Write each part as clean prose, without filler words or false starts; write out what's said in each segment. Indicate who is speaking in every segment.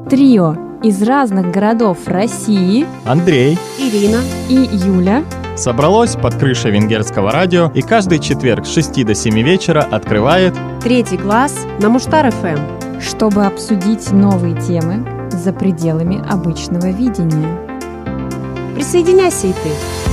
Speaker 1: Трио из разных городов России
Speaker 2: Андрей,
Speaker 3: Ирина
Speaker 1: и Юля
Speaker 2: собралось под крышей венгерского радио и каждый четверг с 6 до 7 вечера открывает
Speaker 3: «Третий класс» на Муштар-ФМ,
Speaker 1: чтобы обсудить новые темы за пределами обычного видения.
Speaker 3: Присоединяйся и ты.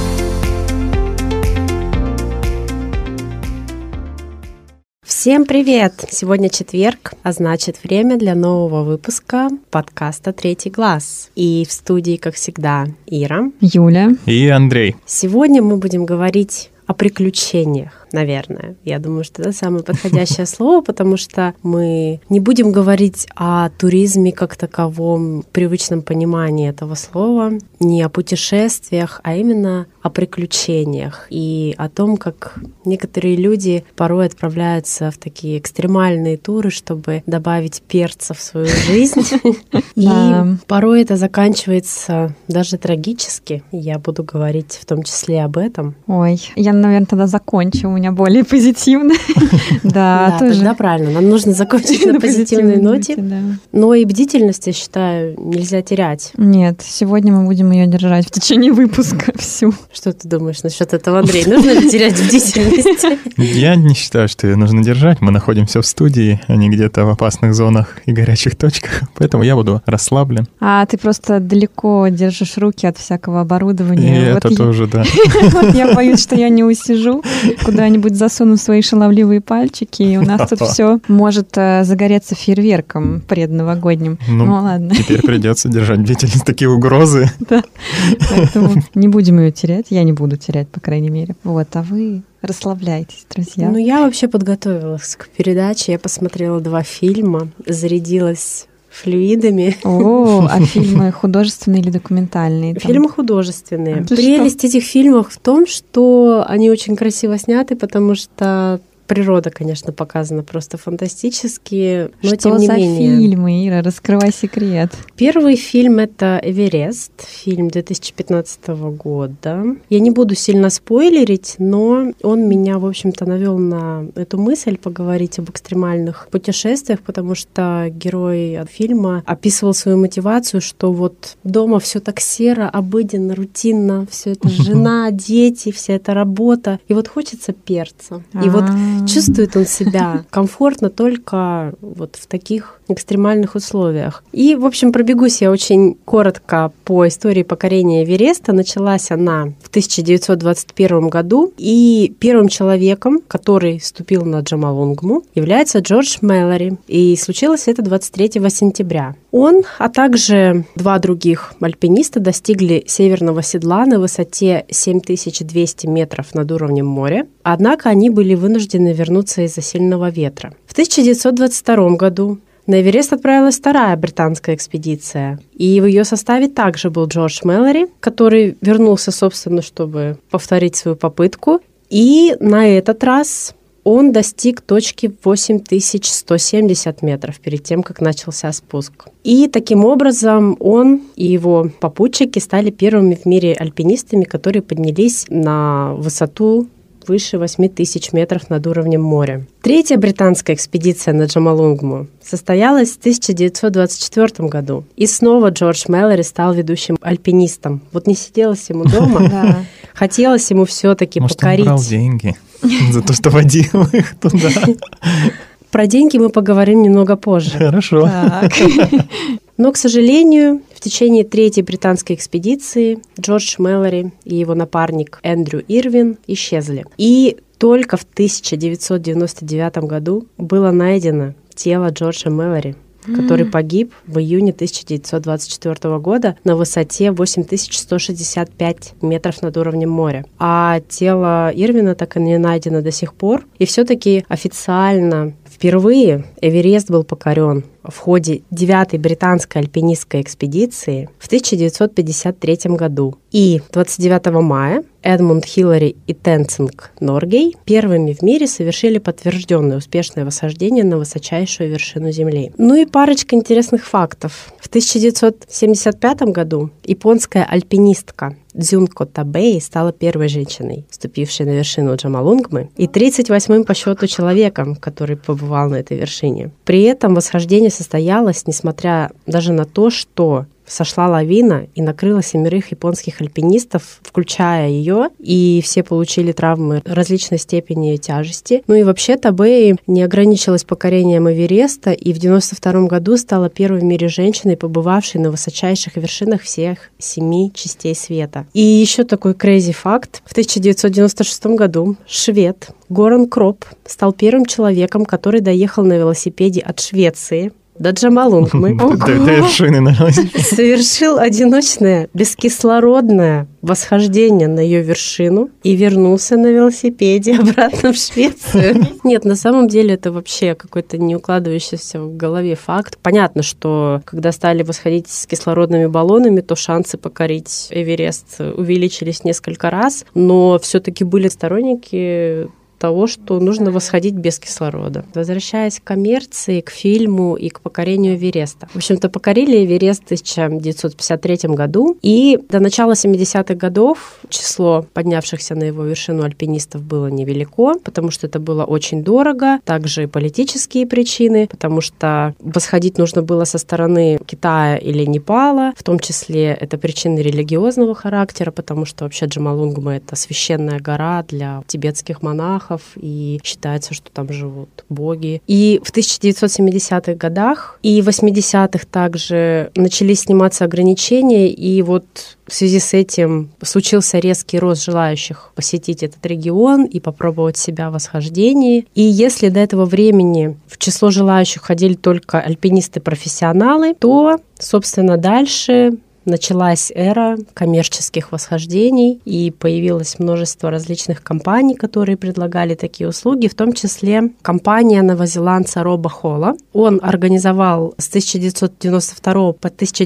Speaker 3: Всем привет! Сегодня четверг, а значит время для нового выпуска подкаста «Третий глаз». И в студии, как всегда, Ира,
Speaker 1: Юля
Speaker 2: и Андрей.
Speaker 3: Сегодня мы будем говорить о приключениях, наверное. Я думаю, что это самое подходящее слово, потому что мы не будем говорить о туризме как таковом, в привычном понимании этого слова, не о путешествиях, а именно о приключениях и о том, как некоторые люди порой отправляются в такие экстремальные туры, чтобы добавить перца в свою жизнь. И порой это заканчивается даже трагически. Я буду говорить в том числе об этом.
Speaker 1: Ой, я, наверное, тогда закончу. У меня более позитивно.
Speaker 3: Да, тогда правильно. Нам нужно закончить на позитивной ноте. Но и бдительность, я считаю, нельзя терять.
Speaker 1: Нет, сегодня мы будем ее держать в течение выпуска всю.
Speaker 3: Что ты думаешь насчет этого, Андрей? Нужно ли терять бдительность?
Speaker 2: Я не считаю, что ее нужно держать. Мы находимся в студии, а не где-то в опасных зонах и горячих точках. Поэтому я буду расслаблен.
Speaker 1: А ты просто далеко держишь руки от всякого оборудования.
Speaker 2: И это тоже, да.
Speaker 1: Я боюсь, что я не усижу, куда-нибудь засуну свои шаловливые пальчики, и у нас тут все может загореться фейерверком предновогодним. Ну ладно.
Speaker 2: Теперь придется держать бдительность, такие угрозы.
Speaker 1: Да. Поэтому не будем ее терять. Я не буду терять, по крайней мере. Вот, а вы расслабляйтесь, друзья.
Speaker 3: Ну, я вообще подготовилась к передаче. Я посмотрела 2 фильма, зарядилась флюидами.
Speaker 1: О, а фильмы художественные или документальные?
Speaker 3: Фильмы художественные. Прелесть этих фильмов в том, что они очень красиво сняты, потому что природа, конечно, показана просто фантастически, но тем не менее.
Speaker 1: Что за фильмы, Ира? Раскрывай секрет.
Speaker 3: Первый фильм — это «Эверест», фильм 2015 года. Я не буду сильно спойлерить, но он меня, в общем-то, навел на эту мысль поговорить об экстремальных путешествиях, потому что герой фильма описывал свою мотивацию, что вот дома все так серо, обыденно, рутинно, все это жена, дети, вся эта работа. И вот хочется перца. И вот чувствует он себя комфортно только вот в таких экстремальных условиях. И, в общем, пробегусь я очень коротко по истории покорения Эвереста. Началась она в 1921 году, и первым человеком, который ступил на Джомолунгму, является Джордж Мэлори. И случилось это 23 сентября. Он, а также 2 других альпиниста достигли северного седла на высоте 7200 метров над уровнем моря, однако они были вынуждены вернуться из-за сильного ветра. В 1922 году на Эверест отправилась 2-я британская экспедиция, и в ее составе также был Джордж Мэлори, который вернулся, собственно, чтобы повторить свою попытку, и на этот раз он достиг точки 8170 метров перед тем, как начался спуск. И таким образом он и его попутчики стали первыми в мире альпинистами, которые поднялись на высоту выше 8000 метров над уровнем моря. 3-я британская экспедиция на Джомолунгму состоялась в 1924 году. И снова Джордж Мэлори стал ведущим альпинистом. Вот не сиделось ему дома, хотелось ему все-таки покорить.
Speaker 2: Может, он брал деньги за то, что водил их туда?
Speaker 3: Про деньги мы поговорим немного позже.
Speaker 2: Хорошо.
Speaker 3: Но, к сожалению, в течение 3-й британской экспедиции Джордж Мэлори и его напарник Эндрю Ирвин исчезли. И только в 1999 году было найдено тело Джорджа Мэлори, который погиб в июне 1924 года на высоте 8165 метров над уровнем моря. А тело Ирвина так и не найдено до сих пор. И все-таки официально впервые Эверест был покорен в ходе 9-й британской альпинистской экспедиции в 1953 году. И 29 мая Эдмунд Хиллари и Тенцинг Норгей первыми в мире совершили подтвержденное успешное восхождение на высочайшую вершину Земли. Ну и парочка интересных фактов. В 1975 году японская альпинистка Дзюнко Табэй стала первой женщиной, ступившей на вершину Джомолунгмы, и 38-м по счету человеком, который побывал на этой вершине. При этом восхождение состоялось, несмотря даже на то, что сошла лавина и накрыла 7 японских альпинистов, включая ее, и все получили травмы различной степени тяжести. Ну и вообще Табэй не ограничилась покорением Эвереста, и в 1992 году стала первой в мире женщиной, побывавшей на высочайших вершинах всех 7 частей света. И еще такой crazy факт. В 1996 году швед Горан Кроп стал первым человеком, который доехал на велосипеде от Швеции до Джомолунгмы.
Speaker 2: До вершины на велосипеде.
Speaker 3: Совершил одиночное бескислородное восхождение на ее вершину и вернулся на велосипеде обратно в Швецию. Нет, на самом деле это вообще какой-то не укладывающийся в голове факт. Понятно, что когда стали восходить с кислородными баллонами, то шансы покорить Эверест увеличились несколько раз, но все-таки были сторонники того, что нужно восходить без кислорода. Возвращаясь к коммерции, к фильму и к покорению Эвереста. В общем-то, покорили Эверест в 1953 году, и до начала 70-х годов число поднявшихся на его вершину альпинистов было невелико, потому что это было очень дорого, также и политические причины, потому что восходить нужно было со стороны Китая или Непала, в том числе это причины религиозного характера, потому что вообще Джомолунгма — это священная гора для тибетских монахов, и считается, что там живут боги. И в 1970-х годах и 80-х также начались сниматься ограничения, и вот в связи с этим случился резкий рост желающих посетить этот регион и попробовать себя в восхождении. И если до этого времени в число желающих входили только альпинисты-профессионалы, то, собственно, дальше началась эра коммерческих восхождений, и появилось множество различных компаний, которые предлагали такие услуги, в том числе компания новозеландца Роба Холла. Он организовал с 1992 по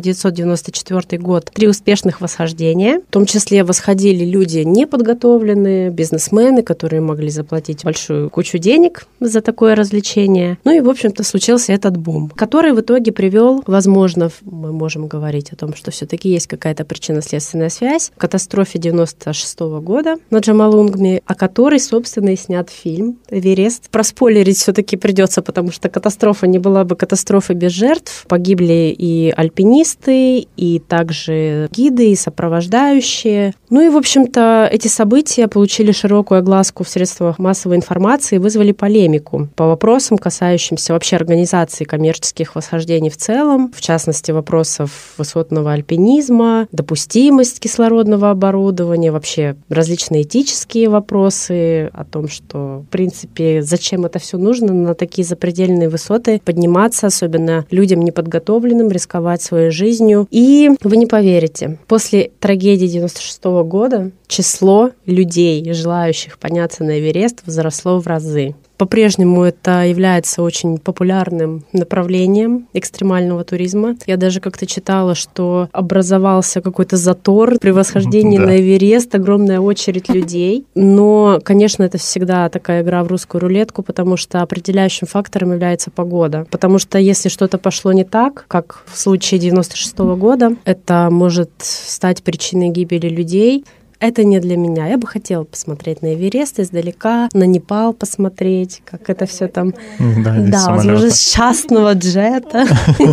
Speaker 3: 1994 год 3 успешных восхождения. В том числе восходили люди неподготовленные, бизнесмены, которые могли заплатить большую кучу денег за такое развлечение. Ну и, в общем-то, случился этот бум, который в итоге привел, возможно, мы можем говорить о том, что все-таки есть какая-то причинно-следственная связь, к катастрофе 96 года на Джомолунгме, о которой, собственно, и снят фильм «Эверест». Проспойлерить все-таки придется, потому что катастрофа не была бы катастрофой без жертв. Погибли и альпинисты, и также гиды, и сопровождающие. Ну и, в общем-то, эти события получили широкую огласку в средствах массовой информации и вызвали полемику по вопросам, касающимся вообще организации коммерческих восхождений в целом, в частности, вопросов высотного альпинизма, допустимость кислородного оборудования, вообще различные этические вопросы о том, что, в принципе, зачем это все нужно на такие запредельные высоты подниматься, особенно людям неподготовленным, рисковать своей жизнью. И вы не поверите, после трагедии 96 года число людей, желающих подняться на Эверест, возросло в разы. По-прежнему это является очень популярным направлением экстремального туризма. Я даже как-то читала, что образовался какой-то затор при восхождении на Эверест, огромная очередь людей. Но, конечно, это всегда такая игра в русскую рулетку, потому что определяющим фактором является погода. Потому что если что-то пошло не так, как в случае 96 года, это может стать причиной гибели людей. Это не для меня. Я бы хотела посмотреть на Эверест издалека, на Непал посмотреть, как это все там. Да, возможно, с частного джета.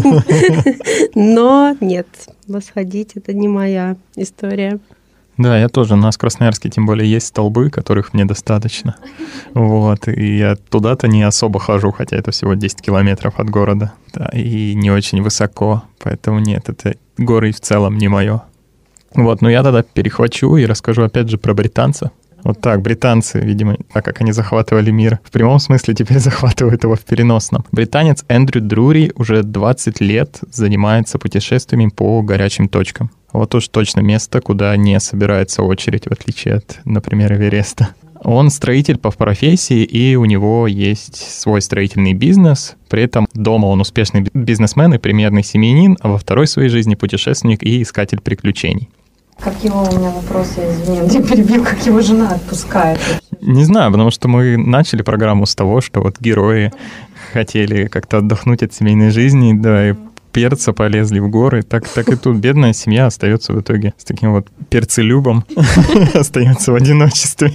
Speaker 3: Но нет, восходить — это не моя история.
Speaker 2: Да, я тоже. У нас в Красноярске тем более есть столбы, которых мне достаточно. Вот. И я туда-то не особо хожу, хотя это всего 10 километров от города. Да, и не очень высоко. Поэтому нет, это горы в целом не мое. Вот, но я тогда перехвачу и расскажу опять же про британцев. Вот так, британцы, видимо, так как они захватывали мир в прямом смысле, теперь захватывают его в переносном. Британец Эндрю Друри уже 20 лет занимается путешествиями по горячим точкам. Вот уж точно место, куда не собирается очередь, в отличие от, например, Эвереста. Он строитель по профессии, и у него есть свой строительный бизнес. При этом дома он успешный бизнесмен и примерный семьянин, а во второй своей жизни путешественник и искатель приключений.
Speaker 1: Как его, у меня вопрос, я извини, Андрей, перебью, как его жена отпускает?
Speaker 2: Не знаю, потому что мы начали программу с того, что вот герои хотели как-то отдохнуть от семейной жизни, да, и перца полезли в горы. Так и тут бедная семья остается в итоге с таким вот перцелюбом, остается в одиночестве.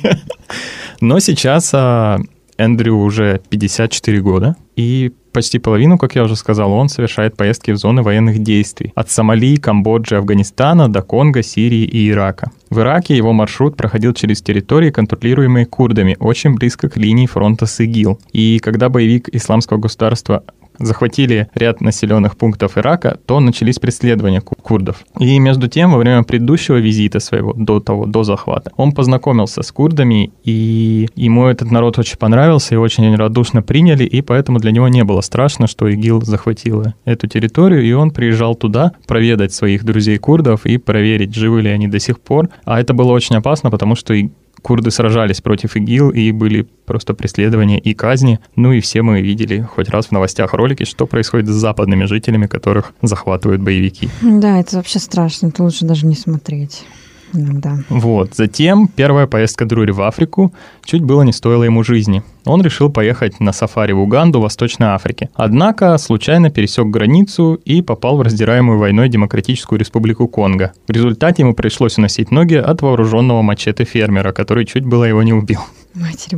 Speaker 2: Но сейчас Эндрю уже 54 года, и почти половину, как я уже сказал, он совершает поездки в зоны военных действий. От Сомали, Камбоджи, Афганистана до Конго, Сирии и Ирака. В Ираке его маршрут проходил через территории, контролируемые курдами, очень близко к линии фронта с ИГИЛ. И когда боевик Исламского государства захватили ряд населенных пунктов Ирака, то начались преследования курдов. И между тем, во время предыдущего визита своего, до захвата, он познакомился с курдами, и ему этот народ очень понравился, и очень радушно приняли, и поэтому для него не было страшно, что ИГИЛ захватила эту территорию, и он приезжал туда проведать своих друзей-курдов и проверить, живы ли они до сих пор. А это было очень опасно, потому что курды сражались против ИГИЛ, и были просто преследования и казни. Ну и все мы видели хоть раз в новостях ролики, что происходит с западными жителями, которых захватывают боевики.
Speaker 1: Да, это вообще страшно, это лучше даже не смотреть иногда.
Speaker 2: Вот. Затем первая поездка Друри в Африку чуть было не стоила ему жизни. Он решил поехать на сафари в Уганду, в Восточной Африке. Однако случайно пересек границу и попал в раздираемую войной Демократическую Республику Конго. В результате ему пришлось уносить ноги от вооруженного мачете фермера, который чуть было его не убил.
Speaker 1: Матерь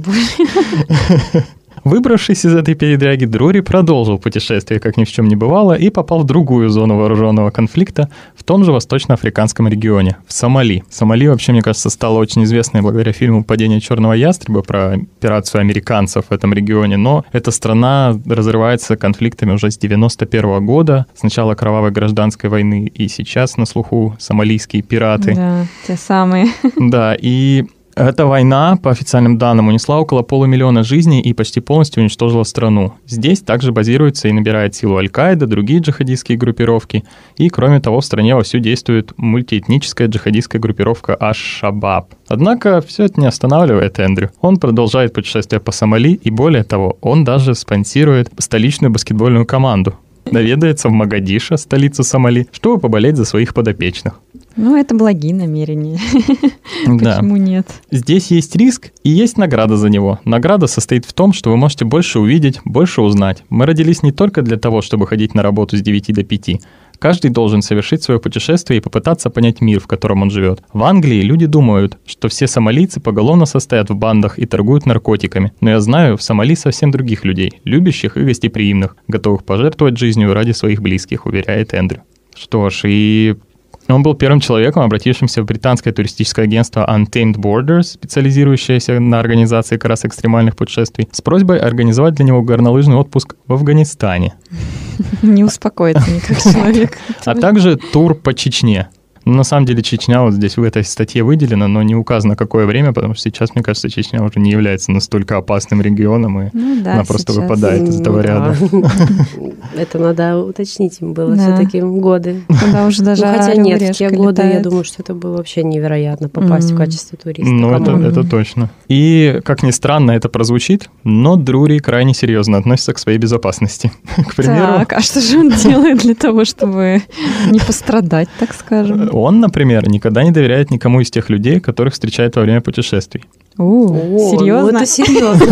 Speaker 1: Божья.
Speaker 2: Выбравшись из этой передряги, Друри продолжил путешествие, как ни в чем не бывало, и попал в другую зону вооруженного конфликта в том же восточноафриканском регионе, в Сомали. Сомали, вообще, мне кажется, стала очень известной благодаря фильму «Падение черного ястреба» про операцию американцев в этом регионе, но эта страна разрывается конфликтами уже с 91 года, с начала кровавой гражданской войны, и сейчас на слуху сомалийские пираты.
Speaker 1: Да, те самые.
Speaker 2: Да, и эта война, по официальным данным, унесла около 500 000 жизней и почти полностью уничтожила страну. Здесь также базируется и набирает силу Аль-Каида, другие джихадистские группировки. И, кроме того, в стране вовсю действует мультиэтническая джихадистская группировка Аш-Шабаб. Однако все это не останавливает Эндрю. Он продолжает путешествие по Сомали, и более того, он даже спонсирует столичную баскетбольную команду. Наведается в Могадишо, столицу Сомали, чтобы поболеть за своих подопечных.
Speaker 1: Ну, это благие намерения. Почему нет?
Speaker 2: Здесь есть риск и есть награда за него. Награда состоит в том, что вы можете больше увидеть, больше узнать. Мы родились не только для того, чтобы ходить на работу с 9 до 5. Каждый должен совершить свое путешествие и попытаться понять мир, в котором он живет. В Англии люди думают, что все сомалийцы поголовно состоят в бандах и торгуют наркотиками. Но я знаю в Сомали совсем других людей, любящих и гостеприимных, готовых пожертвовать жизнью ради своих близких, уверяет Эндрю. Что ж, и он был первым человеком, обратившимся в британское туристическое агентство Untamed Borders, специализирующееся на организации как раз экстремальных путешествий, с просьбой организовать для него горнолыжный отпуск в Афганистане.
Speaker 1: Не успокоится никак человек.
Speaker 2: А также тур по Чечне. На самом деле Чечня вот здесь в этой статье выделена, но не указано, какое время, потому что сейчас, мне кажется, Чечня уже не является настолько опасным регионом, и она просто выпадает из этого ряда.
Speaker 3: Это надо уточнить им было все-таки годы.
Speaker 1: Когда уже даже
Speaker 3: хотя нет, в те годы, я думаю, что это было вообще невероятно попасть в качестве туриста.
Speaker 2: Ну, это точно. И, как ни странно это прозвучит, но Друри крайне серьезно относится к своей безопасности. К примеру...
Speaker 1: Так, а что же он делает для того, чтобы не пострадать, так скажем?
Speaker 2: Он, например, никогда не доверяет никому из тех людей, которых встречает во время путешествий.
Speaker 1: Серьезно?
Speaker 3: Ну это серьезно.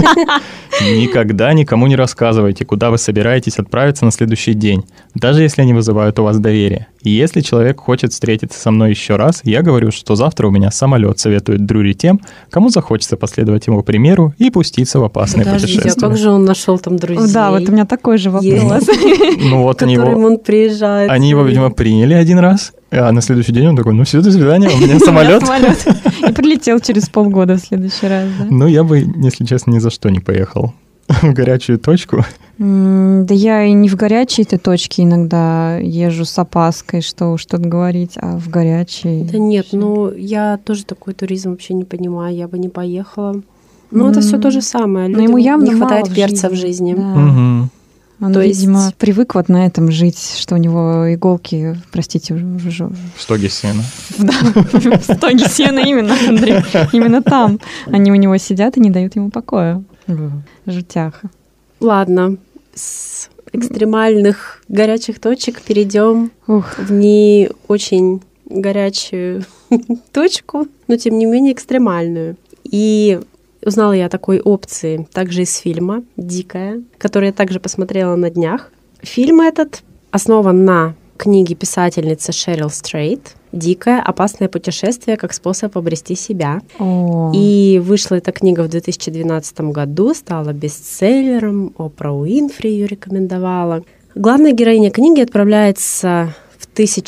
Speaker 2: Никогда никому не рассказывайте, куда вы собираетесь отправиться на следующий день, даже если они вызывают у вас доверие. И если человек хочет встретиться со мной еще раз, я говорю, что завтра у меня самолет, советует Друри тем, кому захочется последовать его примеру и пуститься в опасное путешествие.
Speaker 3: А как же он нашел там друзей?
Speaker 1: Да, вот у меня такой же вопрос.
Speaker 2: Ну вот
Speaker 3: он приезжает.
Speaker 2: Они его, видимо, приняли один раз, а на следующий день он такой, ну все, до свидания, у меня самолет.
Speaker 1: И прилетел через полгода в следующий раз, да?
Speaker 2: Ну, я бы, если честно, ни за что не поехал в горячую точку.
Speaker 1: Да я и не в горячие-то точки иногда езжу с опаской, что уж тут говорить, а в горячие...
Speaker 3: Да нет, ну я тоже такой туризм вообще не понимаю, я бы не поехала. Ну, это все то же самое.
Speaker 1: Но ему явно
Speaker 3: не хватает перца в жизни.
Speaker 1: Да. Он, видимо, привык вот на этом жить, что у него иголки, простите, в
Speaker 2: стоге сена.
Speaker 1: Да, в стоге сена именно, Андрей. Именно там. Они у него сидят и не дают ему покоя. Жутяха.
Speaker 3: Ладно, с экстремальных горячих точек перейдем в не очень горячую точку, но тем не менее экстремальную. И узнала я о такой опции также из фильма «Дикая», который я также посмотрела на днях. Фильм этот основан на книге писательницы Шерил Стрейт «Дикое, опасное путешествие как способ обрести себя». И вышла эта книга в 2012 году, стала бестселлером, Опра Уинфри ее рекомендовала. Главная героиня книги отправляется в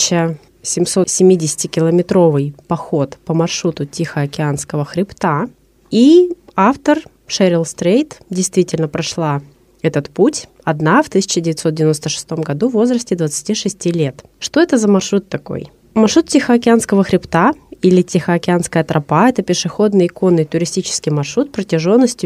Speaker 3: 1770-километровый поход по маршруту Тихоокеанского хребта. И автор Шерил Стрейт действительно прошла этот путь одна в 1996 году в возрасте 26 лет. Что это за маршрут такой? Маршрут Тихоокеанского хребта или Тихоокеанская тропа – это пешеходный и конный туристический маршрут протяженностью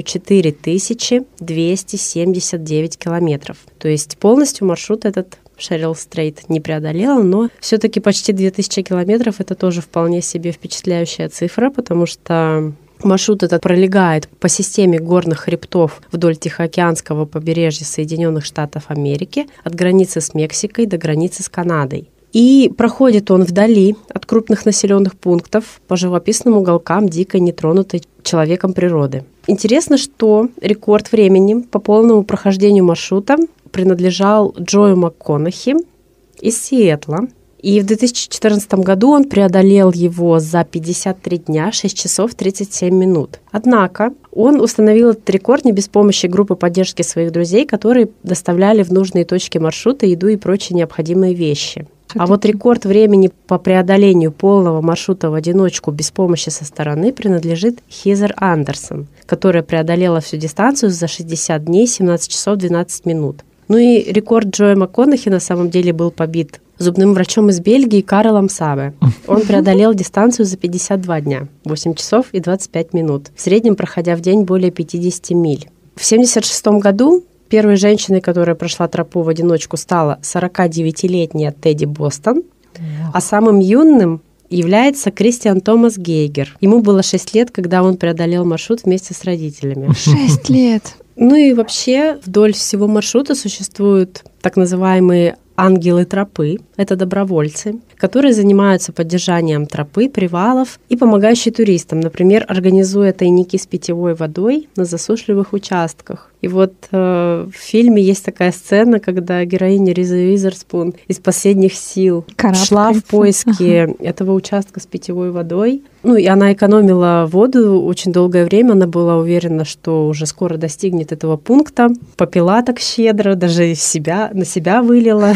Speaker 3: 4279 километров. То есть полностью маршрут этот Шерил Стрейт не преодолела, но все-таки почти 2000 километров – это тоже вполне себе впечатляющая цифра, потому что маршрут этот пролегает по системе горных хребтов вдоль Тихоокеанского побережья Соединенных Штатов Америки от границы с Мексикой до границы с Канадой. И проходит он вдали от крупных населенных пунктов по живописным уголкам дикой, нетронутой человеком природы. Интересно, что рекорд времени по полному прохождению маршрута принадлежал Джою МакКонахи из Сиэтла. И в 2014 году он преодолел его за 53 дня, 6 часов 37 минут. Однако он установил этот рекорд не без помощи группы поддержки своих друзей, которые доставляли в нужные точки маршрута еду и прочие необходимые вещи. А вот рекорд времени по преодолению полного маршрута в одиночку без помощи со стороны принадлежит Хизер Андерсон, которая преодолела всю дистанцию за 60 дней, 17 часов 12 минут. Ну и рекорд Джоя МакКонахи на самом деле был побит зубным врачом из Бельгии Карлом Сабе. Он преодолел дистанцию за 52 дня, 8 часов и 25 минут, в среднем проходя в день более 50 миль. В 1976 году первой женщиной, которая прошла тропу в одиночку, стала 49-летняя Тедди Бостон, а самым юным является Кристиан Томас Гейгер. Ему было 6 лет, когда он преодолел маршрут вместе с родителями.
Speaker 1: 6 лет!
Speaker 3: Ну и вообще вдоль всего маршрута существуют так называемые ангелы тропы. Это добровольцы, которые занимаются поддержанием тропы, привалов и помогающие туристам, например, организуя тайники с питьевой водой на засушливых участках. И вот в фильме есть такая сцена, когда героиня Риз Уизерспун из последних сил шла в поиске этого участка с питьевой водой. Ну и она экономила воду очень долгое время, она была уверена, что уже скоро достигнет этого пункта. Попила так щедро, даже на себя вылила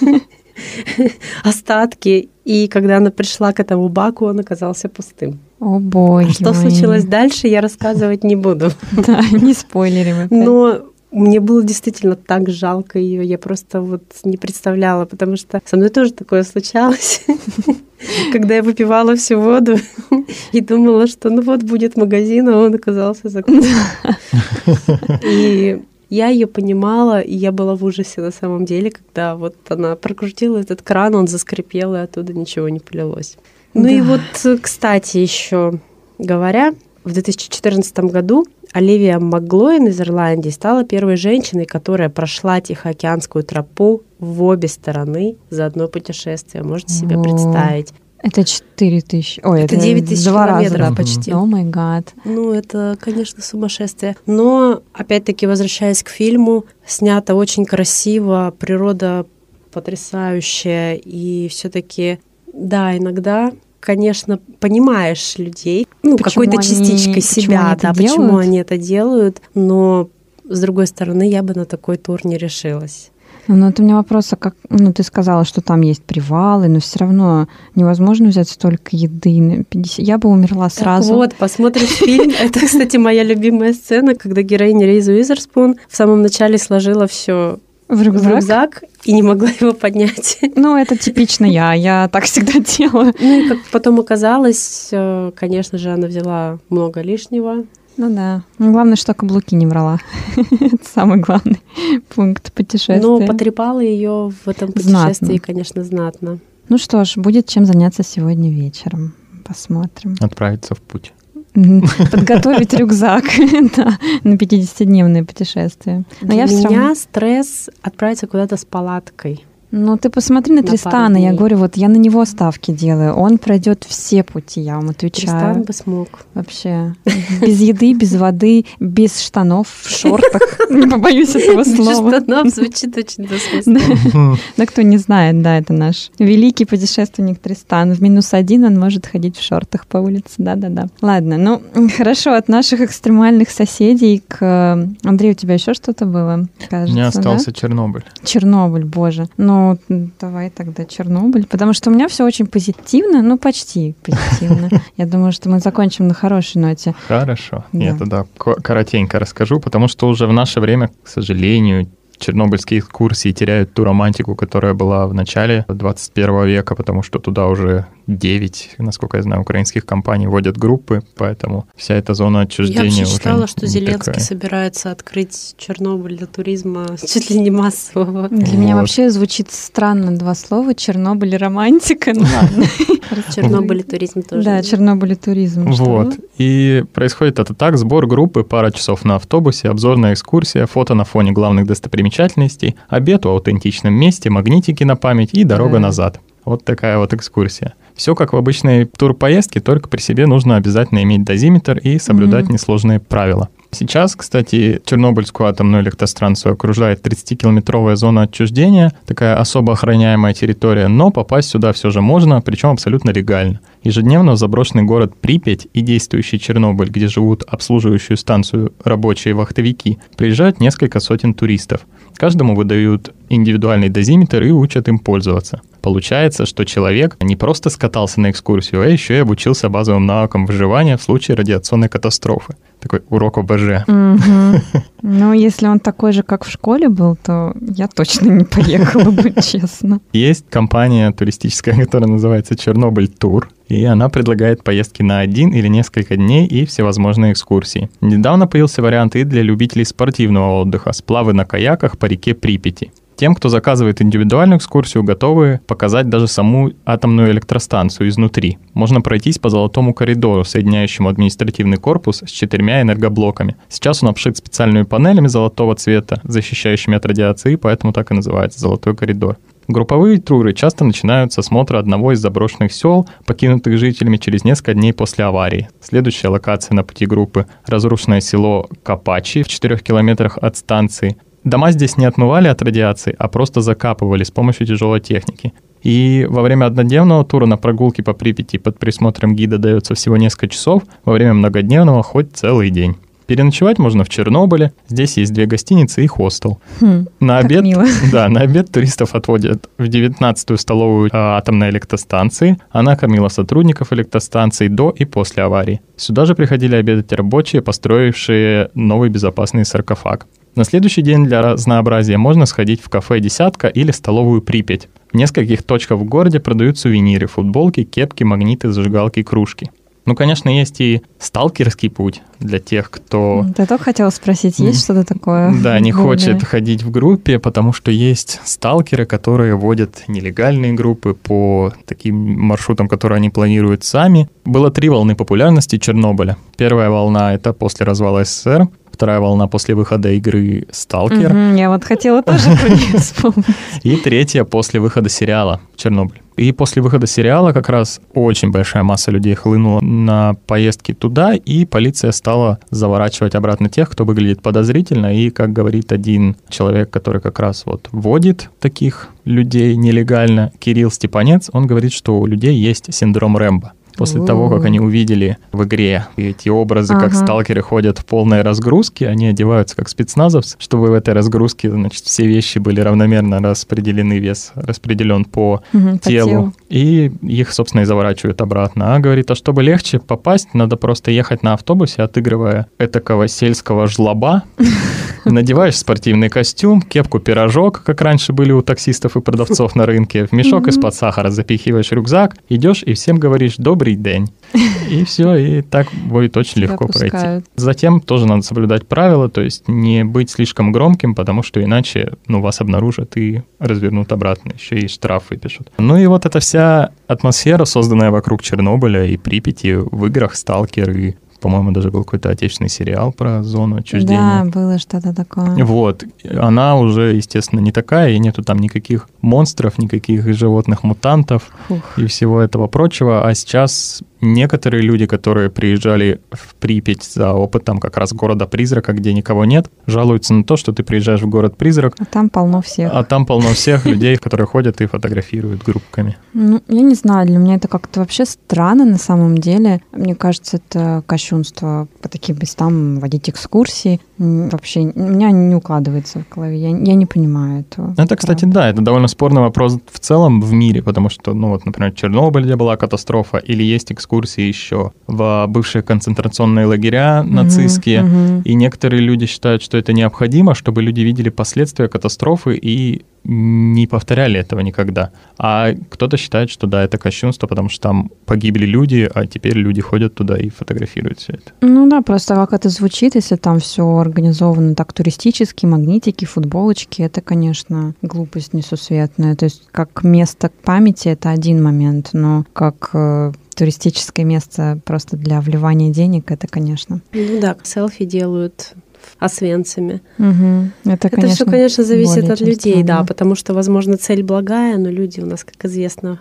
Speaker 3: остатки. И когда она пришла к этому баку, он оказался пустым.
Speaker 1: О, боже мой.
Speaker 3: Что случилось дальше, я рассказывать не буду.
Speaker 1: Да, не спойлерим опять.
Speaker 3: Но мне было действительно так жалко ее, я просто вот не представляла, потому что со мной тоже такое случалось, когда я выпивала всю воду и думала, что ну вот будет магазин, а он оказался закрыт. И я ее понимала, и я была в ужасе на самом деле, когда вот она прокрутила этот кран, он заскрипел, и оттуда ничего не полилось. Ну и вот, кстати, еще говоря, в 2014 году Оливия Макглоин из Ирландии стала первой женщиной, которая прошла Тихоокеанскую тропу в обе стороны за одно путешествие. Можете себе представить?
Speaker 1: Это 4000. Ой,
Speaker 3: это 9000 километров
Speaker 1: раза,
Speaker 3: почти.
Speaker 1: О май гад.
Speaker 3: Ну, это, конечно, сумасшествие. Но, опять-таки, возвращаясь к фильму, снято очень красиво, природа потрясающая, и все-таки, да, иногда, конечно, понимаешь людей, ну, какой-то частичкой себя, да, почему они это делают, но, с другой стороны, я бы на такой тур не решилась.
Speaker 1: Ну, это у меня вопрос, а как, ну, ты сказала, что там есть привалы, но все равно невозможно взять столько еды. 50. Я бы умерла сразу.
Speaker 3: Так вот, посмотришь фильм. Это, кстати, моя любимая сцена, когда героиня Риз Уизерспун в самом начале сложила все в рюкзак и не могла его поднять.
Speaker 1: Ну, это типично я так всегда делаю.
Speaker 3: Ну, и как потом оказалось, конечно же, она взяла много лишнего.
Speaker 1: Ну да. Главное, что каблуки не брала. Это самый главный пункт путешествия.
Speaker 3: Но потрепала ее в этом путешествии, конечно, знатно.
Speaker 1: Ну что ж, будет чем заняться сегодня вечером. Посмотрим.
Speaker 2: Отправиться в путь.
Speaker 1: Подготовить рюкзак на 50-дневное путешествие.
Speaker 3: Для меня стресс отправиться куда-то с палаткой.
Speaker 1: Ну, ты посмотри на Тристана, я говорю, вот я на него ставки делаю, он пройдет все пути, я вам отвечаю.
Speaker 3: Тристан бы смог. Вообще.
Speaker 1: Без еды, без воды, без штанов, в шортах. Не побоюсь этого слова.
Speaker 3: Без штанов звучит очень двусмысленно.
Speaker 1: Да, кто не знает, да, это наш великий путешественник Тристан. В -1 он может ходить в шортах по улице, да-да-да. Ладно, ну, хорошо, от наших экстремальных соседей к... Андрей, у тебя еще что-то было, кажется,
Speaker 2: у меня остался Чернобыль.
Speaker 1: Чернобыль, боже. Ну, давай тогда Чернобыль, потому что у меня все очень позитивно, ну, почти позитивно. Я думаю, что мы закончим на хорошей ноте.
Speaker 2: Хорошо. Я тогда коротенько расскажу, потому что уже в наше время, к сожалению, чернобыльские экскурсии теряют ту романтику, которая была в начале 21 века, потому что туда уже 9, насколько я знаю, украинских компаний водят группы, поэтому вся эта зона отчуждения уже...
Speaker 3: Я вообще читала, что Зеленский собирается открыть Чернобыль для туризма чуть ли не массового.
Speaker 1: Для меня вообще звучит странно два слова: Чернобыль и романтика. Ну ладно.
Speaker 3: Чернобыль и туризм тоже.
Speaker 1: Да, Чернобыль и туризм.
Speaker 2: Вот. И происходит это так: сбор группы, пара часов на автобусе, обзорная экскурсия, фото на фоне главных достопримечательностей, обед в аутентичном месте, магнитики на память и дорога назад. Вот такая вот экскурсия. Все как в обычной турпоездке, только при себе нужно обязательно иметь дозиметр и соблюдать несложные правила. Сейчас, кстати, Чернобыльскую атомную электростанцию окружает 30-километровая зона отчуждения, такая особо охраняемая территория, но попасть сюда все же можно, причем абсолютно легально. Ежедневно в заброшенный город Припять и действующий Чернобыль, где живут обслуживающую станцию рабочие вахтовики, приезжают несколько сотен туристов. Каждому выдают индивидуальный дозиметр и учат им пользоваться. Получается, что человек не просто скатался на экскурсию, а еще и обучился базовым навыкам выживания в случае радиационной катастрофы. Такой урок ОБЖ.
Speaker 1: Ну, если он такой же, как в школе был, то я точно не поехала бы, честно.
Speaker 2: Есть компания туристическая, которая называется «Чернобыль Тур», и она предлагает поездки на 1 или несколько дней и всевозможные экскурсии. Недавно появился вариант и для любителей спортивного отдыха – сплавы на каяках по реке Припяти. Тем, кто заказывает индивидуальную экскурсию, готовы показать даже саму атомную электростанцию изнутри. Можно пройтись по золотому коридору, соединяющему административный корпус с 4 энергоблоками. Сейчас он обшит специальными панелями золотого цвета, защищающими от радиации, поэтому так и называется «Золотой коридор». Групповые туры часто начинаются с осмотра одного из заброшенных сел, покинутых жителями через несколько дней после аварии. Следующая локация на пути группы – разрушенное село Капачи в 4 километрах от станции. Дома здесь не отмывали от радиации, а просто закапывали с помощью тяжелой техники. И во время однодневного тура на прогулке по Припяти под присмотром гида дается всего несколько часов, во время многодневного хоть целый день. Переночевать можно в Чернобыле. Здесь есть 2 гостиницы и хостел. На обед, на обед туристов отводят в 19-ю столовую атомной электростанции. Она кормила сотрудников электростанции до и после аварии. Сюда же приходили обедать рабочие, построившие новый безопасный саркофаг. На следующий день для разнообразия можно сходить в кафе «Десятка» или столовую «Припять». В нескольких точках в городе продают сувениры, футболки, кепки, магниты, зажигалки, кружки. Ну, конечно, есть и сталкерский путь для тех, кто...
Speaker 1: Я только хотела спросить, есть что-то такое?
Speaker 2: Да, не хочет ходить в группе, потому что есть сталкеры, которые водят нелегальные группы по таким маршрутам, которые они планируют сами. Было 3 волны популярности Чернобыля. Первая волна — это после развала СССР. Вторая волна после выхода игры «Сталкер».
Speaker 1: Я вот хотела тоже про нее вспомнить.
Speaker 2: И третья после выхода сериала «Чернобыль». И после выхода сериала как раз очень большая масса людей хлынула на поездки туда, и полиция стала заворачивать обратно тех, кто выглядит подозрительно. И, как говорит один человек, который как раз вот водит таких людей нелегально, Кирилл Степанец, он говорит, что у людей есть синдром Рэмбо. После того, как они увидели в игре эти образы, как сталкеры ходят в полной разгрузке, они одеваются как спецназовцы, чтобы в этой разгрузке, значит, все вещи были равномерно распределены, вес распределен по телу. И их, собственно, и заворачивают обратно. А говорит, а чтобы легче попасть, надо просто ехать на автобусе, отыгрывая этакого сельского жлоба. Надеваешь спортивный костюм, кепку-пирожок, как раньше были у таксистов и продавцов на рынке, в мешок из-под сахара запихиваешь рюкзак, идешь и всем говоришь «добрый день». И все, и так будет очень легко пройти. Затем тоже надо соблюдать правила, то есть не быть слишком громким, потому что иначе вас обнаружат и развернут обратно, еще и штраф выпишут. Ну и вот эта вся атмосфера, созданная вокруг Чернобыля и Припяти в играх «Сталкер» и по-моему, даже был какой-то отечественный сериал про зону отчуждения.
Speaker 1: Да, было что-то такое.
Speaker 2: Вот. Она уже, естественно, не такая, и нету там никаких монстров, никаких животных-мутантов и всего этого прочего. А сейчас некоторые люди, которые приезжали в Припять за опытом как раз города-призрака, где никого нет, жалуются на то, что ты приезжаешь в город-призрак.
Speaker 1: А там полно всех.
Speaker 2: А там полно всех людей, которые ходят и фотографируют группками.
Speaker 1: Ну, я не знаю, для меня это как-то вообще странно на самом деле. Мне кажется, это кощунство по таким местам водить экскурсии. Вообще, у меня не укладывается в голове. Я не понимаю этого.
Speaker 2: Это, кстати, да, это довольно спорный вопрос в целом в мире, потому что, ну вот, например, в Чернобыле, где была катастрофа, или есть экскурсии еще в бывшие концентрационные лагеря нацистские, и некоторые люди считают, что это необходимо, чтобы люди видели последствия катастрофы и не повторяли этого никогда. А кто-то считает, что да, это кощунство, потому что там погибли люди, а теперь люди ходят туда и фотографируют все это.
Speaker 1: Ну да, просто как это звучит, если там все организовано так туристически, магнитики, футболочки, это, конечно, глупость несусветная. То есть как место памяти это один момент, но как туристическое место просто для вливания денег, это, конечно.
Speaker 3: Ну да, селфи делают Освенциме.
Speaker 1: Это
Speaker 3: все, конечно, зависит от людей, да, потому что, возможно, цель благая, но люди у нас, как известно,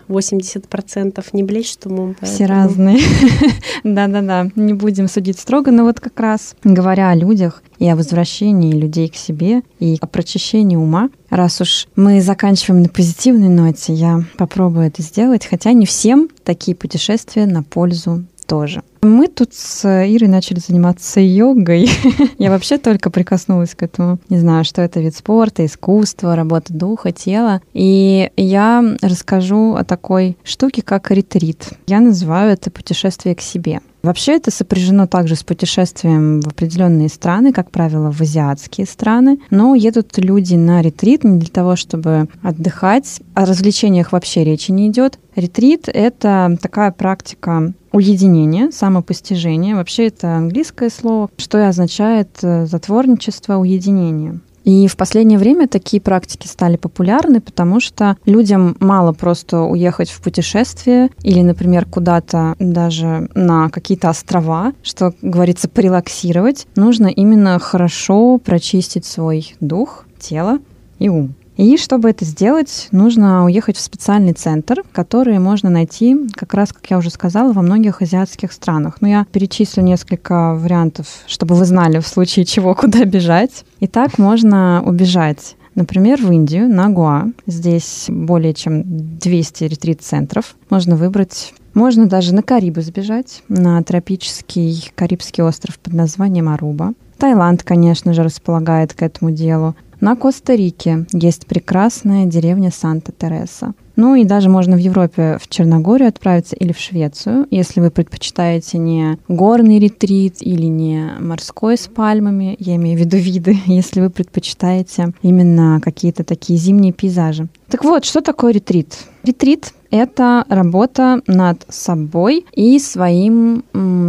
Speaker 3: 80% не блещут умом.
Speaker 1: Все разные. Да-да-да, не будем судить строго, но вот как раз говоря о людях и о возвращении людей к себе, и о прочищении ума, раз уж мы заканчиваем на позитивной ноте, я попробую это сделать, хотя не всем такие путешествия на пользу тоже. Мы тут с Ирой начали заниматься йогой. Я вообще только прикоснулась к этому. Не знаю, что это вид спорта, искусство, работа духа, тела. И я расскажу о такой штуке, как ретрит. Я называю это путешествие к себе. Вообще это сопряжено также с путешествием в определенные страны, как правило, в азиатские страны. Но едут люди на ретрит не для того, чтобы отдыхать. О развлечениях вообще речи не идет. Ретрит — это такая практика уединения, самопостижения. Вообще это английское слово, что и означает затворничество, уединение. И в последнее время такие практики стали популярны, потому что людям мало просто уехать в путешествие или, например, куда-то даже на какие-то острова, что, говорится, порелаксировать. Нужно именно хорошо прочистить свой дух, тело и ум. И чтобы это сделать, нужно уехать в специальный центр, который можно найти, как раз, как я уже сказала, во многих азиатских странах. Но я перечислю несколько вариантов, чтобы вы знали в случае чего, куда бежать. Итак, можно убежать, например, в Индию, на Гоа. Здесь более чем 200 ретрит-центров. Можно выбрать. Можно даже на Карибы сбежать, на тропический Карибский остров под названием Аруба. Таиланд, конечно же, располагает к этому делу. На Коста-Рике есть прекрасная деревня Санта-Тереса. Ну и даже можно в Европе в Черногорию отправиться или в Швецию, если вы предпочитаете не горный ретрит или не морской с пальмами, я имею в виду виды, если вы предпочитаете именно какие-то такие зимние пейзажи. Так вот, что такое ретрит? Ретрит — это работа над собой и своим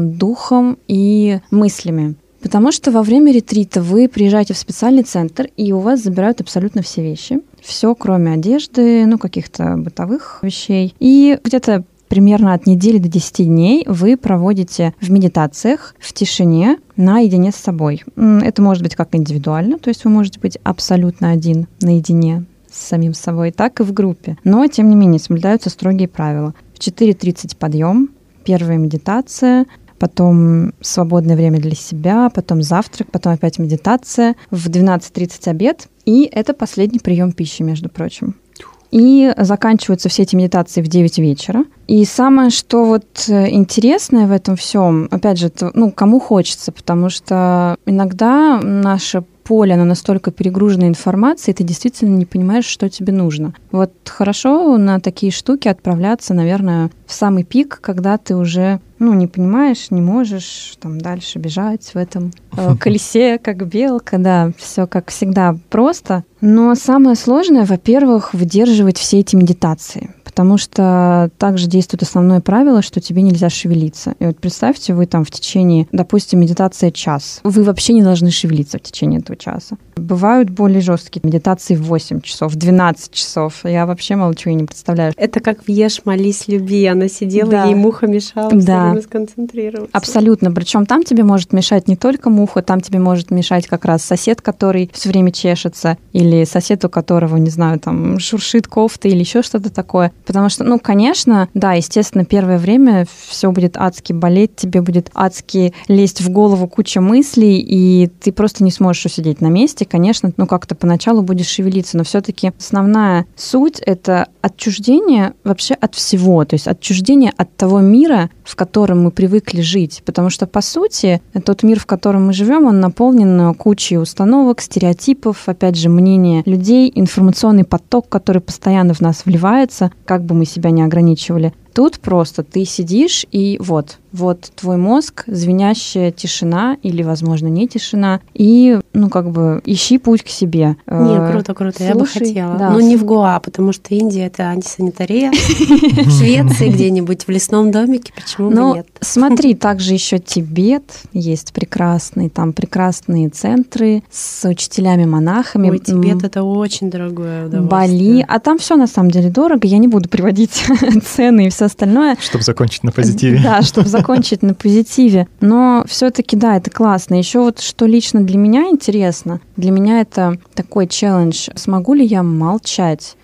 Speaker 1: духом и мыслями. Потому что во время ретрита вы приезжаете в специальный центр, и у вас забирают абсолютно все вещи. Все, кроме одежды, каких-то бытовых вещей. И где-то примерно от недели до 10 дней вы проводите в медитациях, в тишине, наедине с собой. Это может быть как индивидуально, то есть вы можете быть абсолютно один, наедине с самим собой, так и в группе. Но, тем не менее, соблюдаются строгие правила. В 4:30 подъем, первая медитация, потом свободное время для себя, потом завтрак, потом опять медитация, в 12:30 обед, и это последний прием пищи, между прочим. И заканчиваются все эти медитации в 9 вечера. И самое, что вот интересное в этом всем, опять же, это, кому хочется, потому что иногда наше поле, оно настолько перегружено информацией, ты действительно не понимаешь, что тебе нужно. Вот хорошо на такие штуки отправляться, наверное, в самый пик, когда ты уже, не понимаешь, не можешь там дальше бежать в этом колесе, как белка, да, все как всегда просто. Но самое сложное, во-первых, выдерживать все эти медитации. Потому что также действует основное правило, что тебе нельзя шевелиться. И вот представьте, вы там в течение, допустим, медитация час. Вы вообще не должны шевелиться в течение этого часа. Бывают более жесткие медитации в 8 часов, 12 часов. Я вообще молчу и не представляю.
Speaker 3: Это как в «Ешь, молись, люби». Она сидела,
Speaker 1: да.
Speaker 3: ей муха мешала.
Speaker 1: Да,
Speaker 3: время сконцентрироваться.
Speaker 1: Абсолютно. Причем там тебе может мешать не только муха, там тебе может мешать как раз сосед, который все время чешется, или сосед, у которого, не знаю, там шуршит кофта или еще что-то такое. Потому что, ну, конечно, да, естественно, первое время все будет адски болеть, тебе будет адски лезть в голову куча мыслей, и ты просто не сможешь усидеть на месте. Конечно, ну, как-то поначалу будешь шевелиться, но все-таки основная суть — это отчуждение вообще от всего, то есть отчуждение от того мира, в котором мы привыкли жить. Потому что, по сути, тот мир, в котором мы живем, он наполнен кучей установок, стереотипов, опять же, мнения людей, информационный поток, который постоянно в нас вливается, как бы мы себя ни ограничивали. Тут просто ты сидишь, и вот твой мозг, звенящая тишина или, возможно, не тишина, и, ну, как бы, ищи путь к себе.
Speaker 3: Не, круто, слушай, я бы хотела. Да. Но не в Гоа, потому что Индия — это антисанитария. В Швеции где-нибудь, в лесном домике, почему бы нет?
Speaker 1: Смотри, также еще Тибет есть прекрасный, там прекрасные центры с учителями-монахами.
Speaker 3: Ой, Тибет — это очень дорогое удовольствие.
Speaker 1: Бали, а там все на самом деле дорого, я не буду приводить цены и все остальное.
Speaker 2: Чтобы закончить на позитиве.
Speaker 1: Да, чтобы закончить на позитиве. Но все-таки, да, это классно. Еще вот что лично для меня интересно, для меня это такой челлендж. Смогу ли я молчать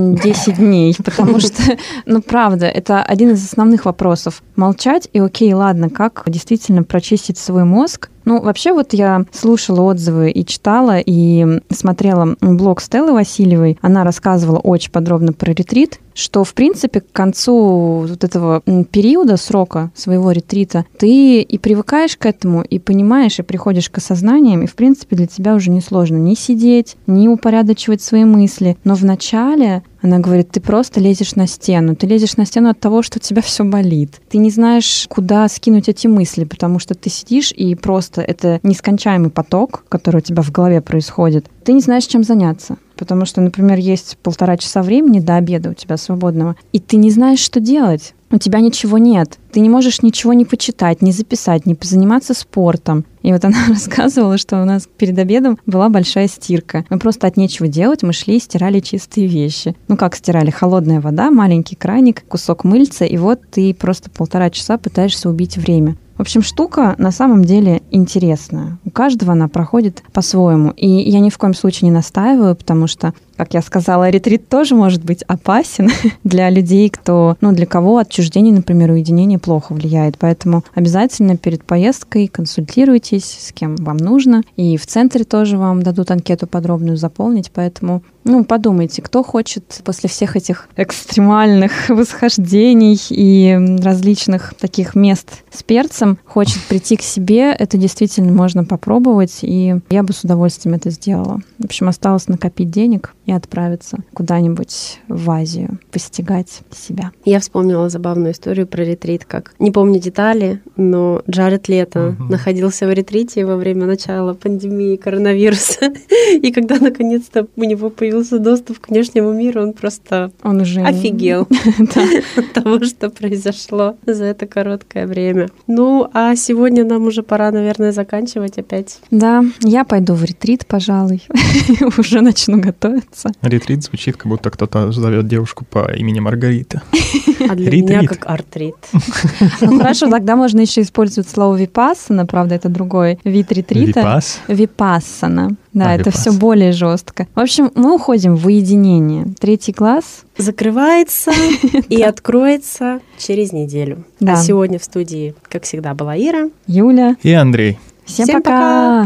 Speaker 1: 10 дней? Потому что, ну, правда, это один из основных вопросов. Молчать и окей, ладно, как действительно прочистить свой мозг? Ну, вообще, вот я слушала отзывы и читала, и смотрела блог Стеллы Васильевой. Она рассказывала очень подробно про ретрит, что, в принципе, к концу вот этого периода, срока своего ретрита, ты и привыкаешь к этому, и понимаешь, и приходишь к осознаниям, и, в принципе, для тебя уже несложно ни сидеть, ни упорядочивать свои мысли. Но вначале она говорит, ты просто лезешь на стену. Ты лезешь на стену от того, что у тебя все болит. Ты не знаешь, куда скинуть эти мысли, потому что ты сидишь, и просто это нескончаемый поток, который у тебя в голове происходит. Ты не знаешь, чем заняться. Потому что, например, есть 1,5 часа времени до обеда у тебя свободного, и ты не знаешь, что делать. У тебя ничего нет. Ты не можешь ничего не почитать, не записать, не позаниматься спортом. И вот она рассказывала, что у нас перед обедом была большая стирка. Мы просто от нечего делать, мы шли и стирали чистые вещи. Ну как стирали? Холодная вода, маленький краник, кусок мыльца, и вот ты просто 1,5 часа пытаешься убить время. В общем, штука на самом деле интересная. У каждого она проходит по-своему. И я ни в коем случае не настаиваю, потому что, как я сказала, ретрит тоже может быть опасен для людей, для кого отчуждение, например, уединение плохо влияет. Поэтому обязательно перед поездкой консультируйтесь, с кем вам нужно. И в центре тоже вам дадут анкету подробную заполнить. Поэтому, подумайте, кто хочет после всех этих экстремальных восхождений и различных таких мест с перцем, хочет прийти к себе, это действительно можно попробовать, и я бы с удовольствием это сделала. В общем, осталось накопить денег и отправиться куда-нибудь в Азию, постигать себя.
Speaker 3: Я вспомнила забавную историю про ретрит, как, не помню детали, но Джаред Лето находился в ретрите во время начала пандемии коронавируса, и когда наконец-то у него появился доступ к внешнему миру, он уже офигел от того, что произошло за это короткое время. А сегодня нам уже пора, наверное, заканчивать опять.
Speaker 1: Да, я пойду в ретрит, пожалуй. Уже начну готовиться.
Speaker 2: Ретрит звучит, как будто кто-то зовет девушку по имени Маргарита.
Speaker 3: А для меня как артрит.
Speaker 1: Ну хорошо, тогда можно еще использовать слово випассана, правда, это другой вид ретрита. Випассана. Да, это все более жестко. В общем, мы уходим в уединение. 3 класс
Speaker 3: закрывается и откроется через неделю.
Speaker 1: Да.
Speaker 3: А сегодня в студии, как всегда, была Ира,
Speaker 1: Юля
Speaker 2: и Андрей.
Speaker 1: Всем пока!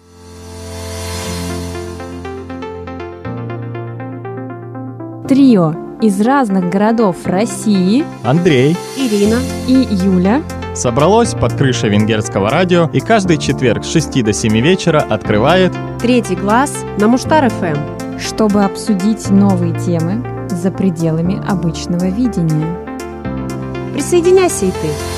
Speaker 1: Трио из разных городов России
Speaker 2: Андрей,
Speaker 3: Ирина
Speaker 1: и Юля
Speaker 2: собралось под крышей венгерского радио и каждый четверг с 6 до 7 вечера открывает
Speaker 3: 3 класс на Муштар-ФМ,
Speaker 1: чтобы обсудить новые темы за пределами обычного видения.
Speaker 3: Присоединяйся и ты!